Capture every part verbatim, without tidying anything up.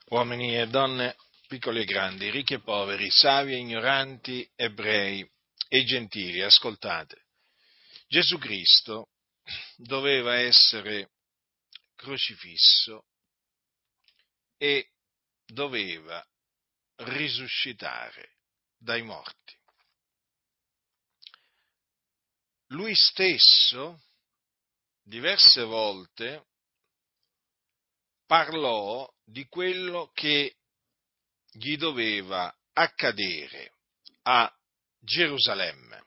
Uomini e donne, piccoli e grandi, ricchi e poveri, savi e ignoranti, ebrei e gentili, ascoltate. Gesù Cristo doveva essere crocifisso e doveva risuscitare dai morti. Lui stesso diverse volte parlò di quello che gli doveva accadere a Gerusalemme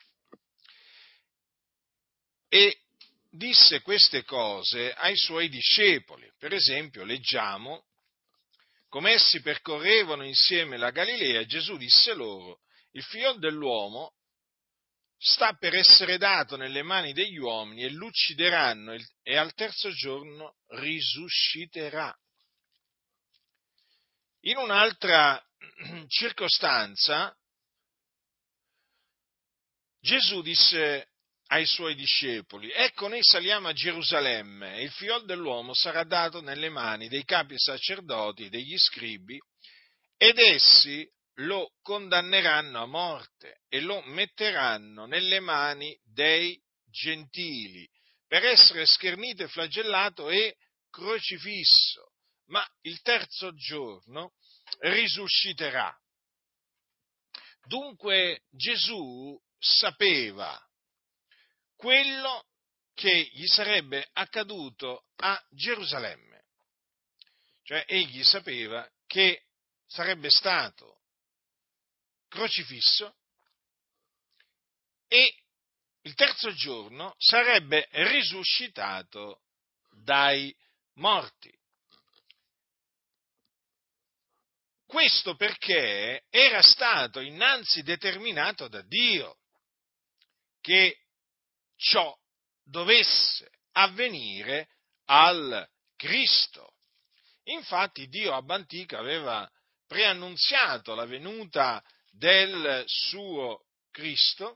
e disse queste cose ai suoi discepoli. Per esempio, leggiamo: come essi percorrevano insieme la Galilea, Gesù disse loro: il figlio dell'uomo sta per essere dato nelle mani degli uomini e l'uccideranno e al terzo giorno risusciterà. In un'altra circostanza, Gesù disse ai suoi discepoli: ecco, noi saliamo a Gerusalemme e il figlio dell'uomo sarà dato nelle mani dei capi sacerdoti, degli scribi, ed essi lo condanneranno a morte e lo metteranno nelle mani dei gentili per essere schernito e flagellato e crocifisso, ma il terzo giorno risusciterà. Dunque Gesù sapeva quello che gli sarebbe accaduto a Gerusalemme, cioè egli sapeva che sarebbe stato crocifisso e il terzo giorno sarebbe risuscitato dai morti. Questo perché era stato innanzi determinato da Dio che ciò dovesse avvenire al Cristo. Infatti Dio ab antico aveva preannunziato la venuta del suo Cristo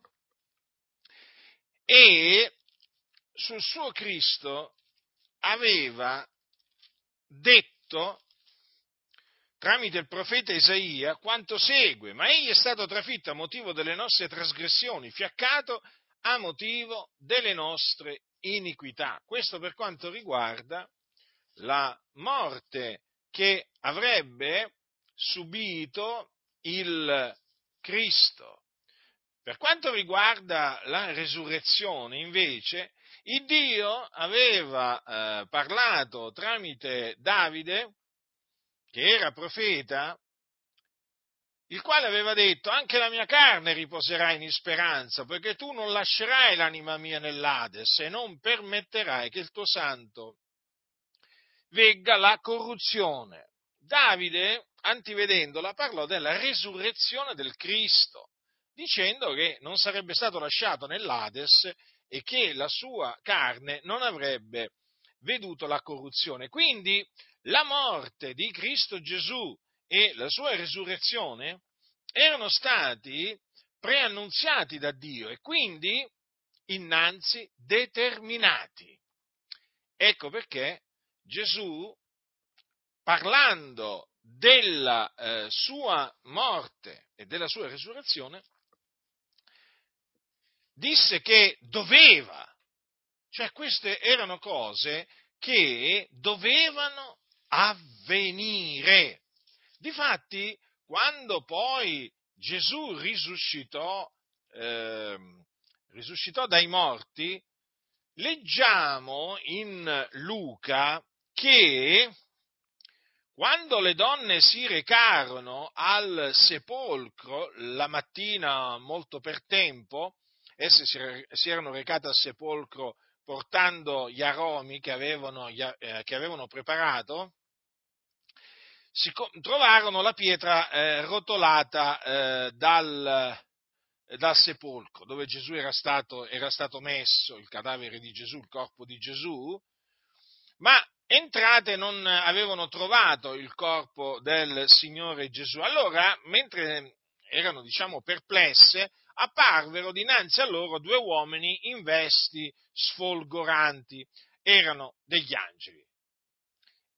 e sul suo Cristo aveva detto tramite il profeta Isaia quanto segue: ma egli è stato trafitto a motivo delle nostre trasgressioni, fiaccato a motivo delle nostre iniquità. Questo per quanto riguarda la morte che avrebbe subito il Cristo. Per quanto riguarda la resurrezione, invece, il Dio aveva eh, parlato tramite Davide, che era profeta, il quale aveva detto: anche la mia carne riposerà in speranza, poiché tu non lascerai l'anima mia nell'Ades e non permetterai che il tuo santo vegga la corruzione. Davide, antivedendola, parlò della resurrezione del Cristo, dicendo che non sarebbe stato lasciato nell'Ades e che la sua carne non avrebbe veduto la corruzione. Quindi la morte di Cristo Gesù e la sua resurrezione erano stati preannunziati da Dio e quindi innanzi determinati. Ecco perché Gesù, parlando della eh, sua morte e della sua resurrezione, disse che doveva, cioè queste erano cose che dovevano avvenire. Difatti, quando poi Gesù risuscitò, eh, risuscitò dai morti, leggiamo in Luca che quando le donne si recarono al sepolcro la mattina molto per tempo, esse si erano recate al sepolcro portando gli aromi che avevano, eh, che avevano preparato, si trovarono la pietra eh, rotolata eh, dal, eh, dal sepolcro dove Gesù era stato, era stato messo, il cadavere di Gesù, il corpo di Gesù, ma entrate non avevano trovato il corpo del Signore Gesù. Allora, mentre erano, diciamo, perplesse, apparvero dinanzi a loro due uomini in vesti sfolgoranti, erano degli angeli.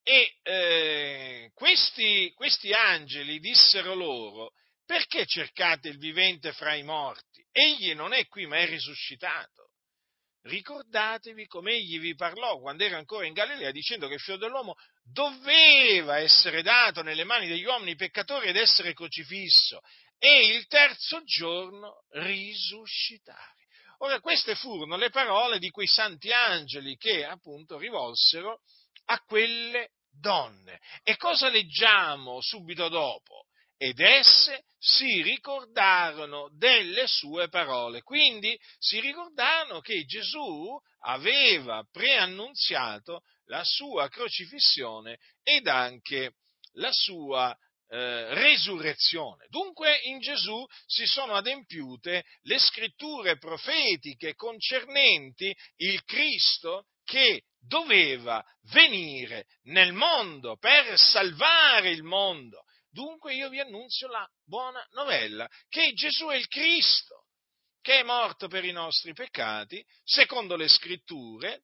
E eh, questi, questi angeli dissero loro: perché cercate il vivente fra i morti? Egli non è qui, ma è risuscitato. Ricordatevi come egli vi parlò quando era ancora in Galilea, dicendo che il figlio dell'uomo doveva essere dato nelle mani degli uomini peccatori ed essere crocifisso e il terzo giorno risuscitare. Ora, queste furono le parole di quei santi angeli che appunto rivolsero a quelle donne. E cosa leggiamo subito dopo? Ed esse si ricordarono delle sue parole. Quindi si ricordarono che Gesù aveva preannunziato la sua crocifissione ed anche la sua eh, resurrezione. Dunque in Gesù si sono adempiute le scritture profetiche concernenti il Cristo che doveva venire nel mondo per salvare il mondo. Dunque io vi annunzio la buona novella, che Gesù è il Cristo, che è morto per i nostri peccati, secondo le scritture,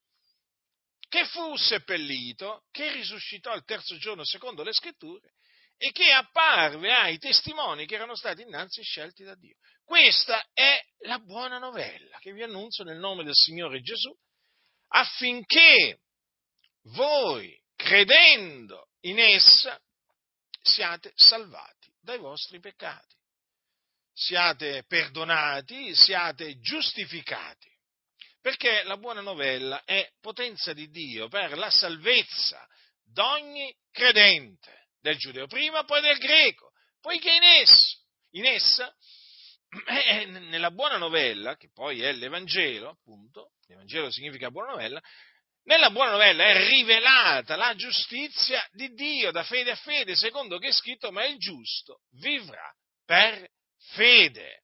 che fu seppellito, che risuscitò il terzo giorno secondo le scritture e che apparve ai testimoni che erano stati innanzi scelti da Dio. Questa è la buona novella che vi annuncio nel nome del Signore Gesù, affinché voi, credendo in essa, siate salvati dai vostri peccati, siate perdonati, siate giustificati, perché la buona novella è potenza di Dio per la salvezza d'ogni credente, del giudeo prima, poi del greco, poiché in essa, in essa eh, nella buona novella, che poi è l'Evangelo, appunto, l'Evangelo significa buona novella, nella buona novella è rivelata la giustizia di Dio da fede a fede, secondo che è scritto: ma il giusto vivrà per fede.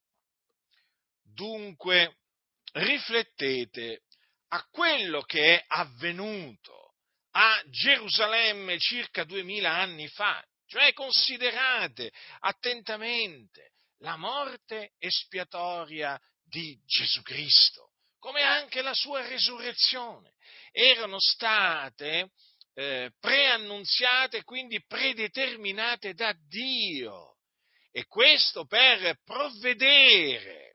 Dunque, riflettete a quello che è avvenuto a Gerusalemme circa duemila anni fa, cioè considerate attentamente la morte espiatoria di Gesù Cristo, come anche la sua resurrezione. Erano state eh, preannunziate, quindi predeterminate da Dio, e questo per provvedere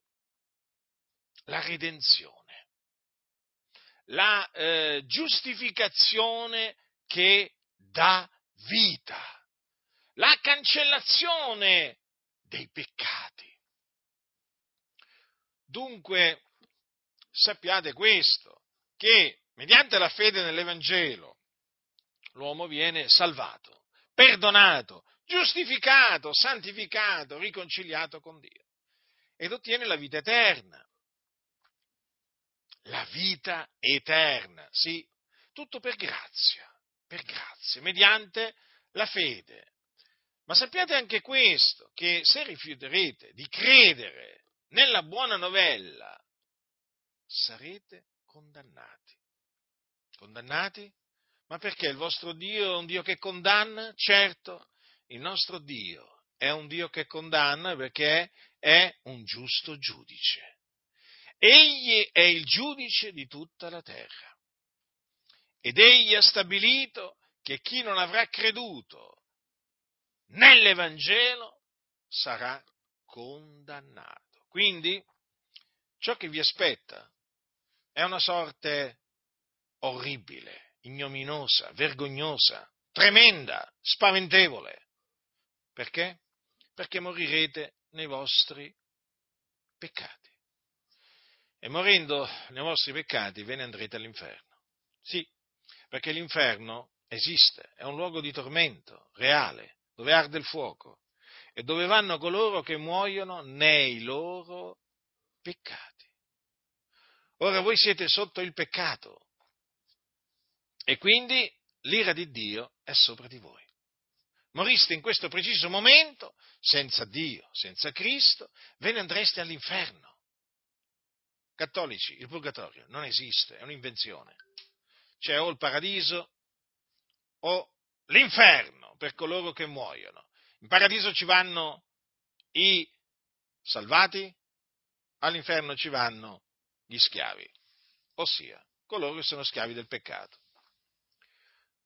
la redenzione, la eh, giustificazione che dà vita, la cancellazione dei peccati. Dunque, sappiate questo, che mediante la fede nell'Evangelo l'uomo viene salvato, perdonato, giustificato, santificato, riconciliato con Dio ed ottiene la vita eterna. La vita eterna, sì, tutto per grazia, per grazia, mediante la fede. Ma sappiate anche questo, che se rifiuterete di credere nella buona novella, sarete condannati. Condannati? Ma perché il vostro Dio è un Dio che condanna? Certo, il nostro Dio è un Dio che condanna perché è un giusto giudice. Egli è il giudice di tutta la terra ed egli ha stabilito che chi non avrà creduto nell'Evangelo sarà condannato. Quindi ciò che vi aspetta è una sorte orribile, ignominiosa, vergognosa, tremenda, spaventevole. Perché? Perché morirete nei vostri peccati. E morendo nei vostri peccati ve ne andrete all'inferno. Sì, perché l'inferno esiste, è un luogo di tormento reale, dove arde il fuoco e dove vanno coloro che muoiono nei loro peccati. Ora voi siete sotto il peccato e quindi l'ira di Dio è sopra di voi. Moriste in questo preciso momento senza Dio, senza Cristo, ve ne andreste all'inferno. Cattolici, il purgatorio non esiste, è un'invenzione. C'è o il paradiso o l'inferno per coloro che muoiono. In paradiso ci vanno i salvati, all'inferno ci vanno gli schiavi, ossia coloro che sono schiavi del peccato.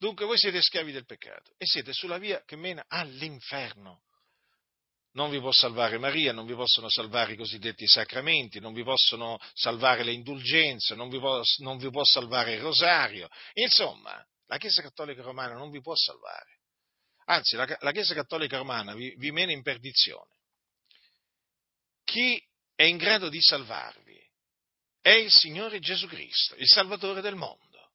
Dunque voi siete schiavi del peccato e siete sulla via che mena all'inferno. Non vi può salvare Maria, non vi possono salvare i cosiddetti sacramenti, non vi possono salvare le indulgenze, non vi può, non vi può salvare il rosario. Insomma, la Chiesa Cattolica Romana non vi può salvare. Anzi, la, la Chiesa Cattolica Romana vi, vi mena in perdizione. Chi è in grado di salvarvi è il Signore Gesù Cristo, il Salvatore del mondo.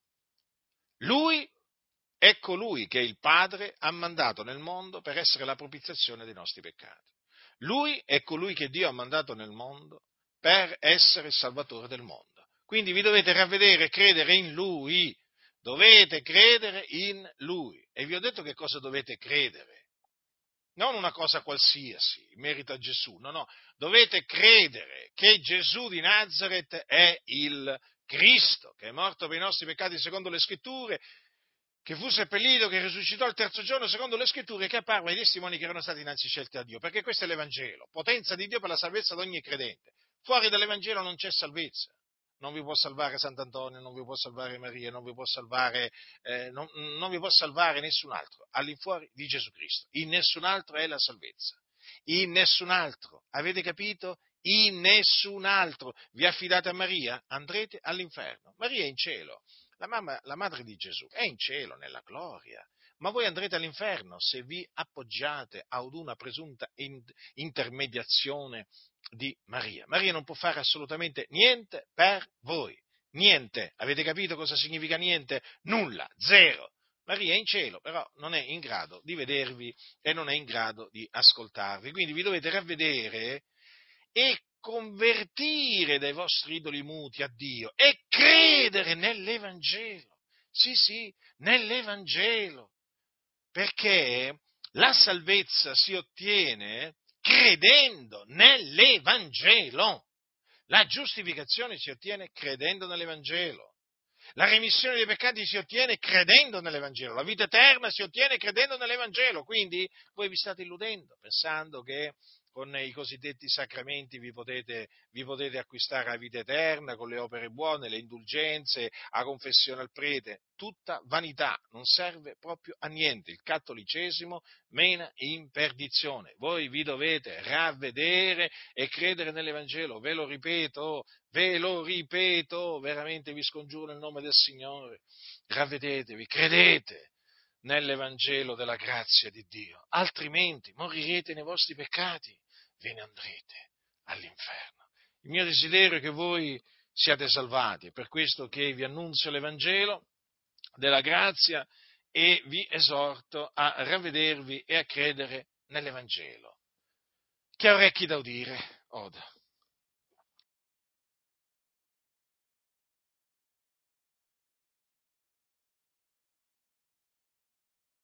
Lui è colui che il Padre ha mandato nel mondo per essere la propiziazione dei nostri peccati. Lui è colui che Dio ha mandato nel mondo per essere il Salvatore del mondo. Quindi vi dovete ravvedere e credere in Lui. Dovete credere in Lui. E vi ho detto che cosa dovete credere. Non una cosa qualsiasi, in merito a Gesù. No, no. Dovete credere che Gesù di Nazaret è il Cristo, che è morto per i nostri peccati secondo le Scritture, che fu seppellito, che risuscitò il terzo giorno secondo le Scritture e che apparve ai testimoni che erano stati innanzi scelti da Dio, perché questo è l'Evangelo, potenza di Dio per la salvezza di ogni credente. Fuori dall'Evangelo non c'è salvezza. Non vi può salvare Sant'Antonio, non vi può salvare Maria, non vi può salvare, eh, non, non vi può salvare nessun altro, all'infuori di Gesù Cristo. In nessun altro è la salvezza. In nessun altro. Avete capito? In nessun altro. Vi affidate a Maria? Andrete all'inferno. Maria è in cielo. La, mamma, la madre di Gesù è in cielo, nella gloria, ma voi andrete all'inferno se vi appoggiate ad una presunta in, intermediazione di Maria. Maria non può fare assolutamente niente per voi, niente. Avete capito cosa significa niente? Nulla, zero. Maria è in cielo, però non è in grado di vedervi e non è in grado di ascoltarvi. Quindi vi dovete ravvedere e convertire dai vostri idoli muti a Dio e credere nell'Evangelo. Sì, sì, nell'Evangelo. Perché la salvezza si ottiene credendo nell'Evangelo. La giustificazione si ottiene credendo nell'Evangelo. La remissione dei peccati si ottiene credendo nell'Evangelo. La vita eterna si ottiene credendo nell'Evangelo. Quindi voi vi state illudendo, pensando che con i cosiddetti sacramenti vi potete, vi potete acquistare la vita eterna, con le opere buone, le indulgenze, la confessione al prete. Tutta vanità, non serve proprio a niente. Il cattolicesimo mena in perdizione. Voi vi dovete ravvedere e credere nell'Evangelo, ve lo ripeto, ve lo ripeto, veramente vi scongiuro nel nome del Signore. Ravvedetevi, credete nell'Evangelo della grazia di Dio, altrimenti morirete nei vostri peccati, ve ne andrete all'inferno. Il mio desiderio è che voi siate salvati, è per questo che vi annunzio l'Evangelo della grazia e vi esorto a ravvedervi e a credere nell'Evangelo. Chi ha orecchi da udire, oda.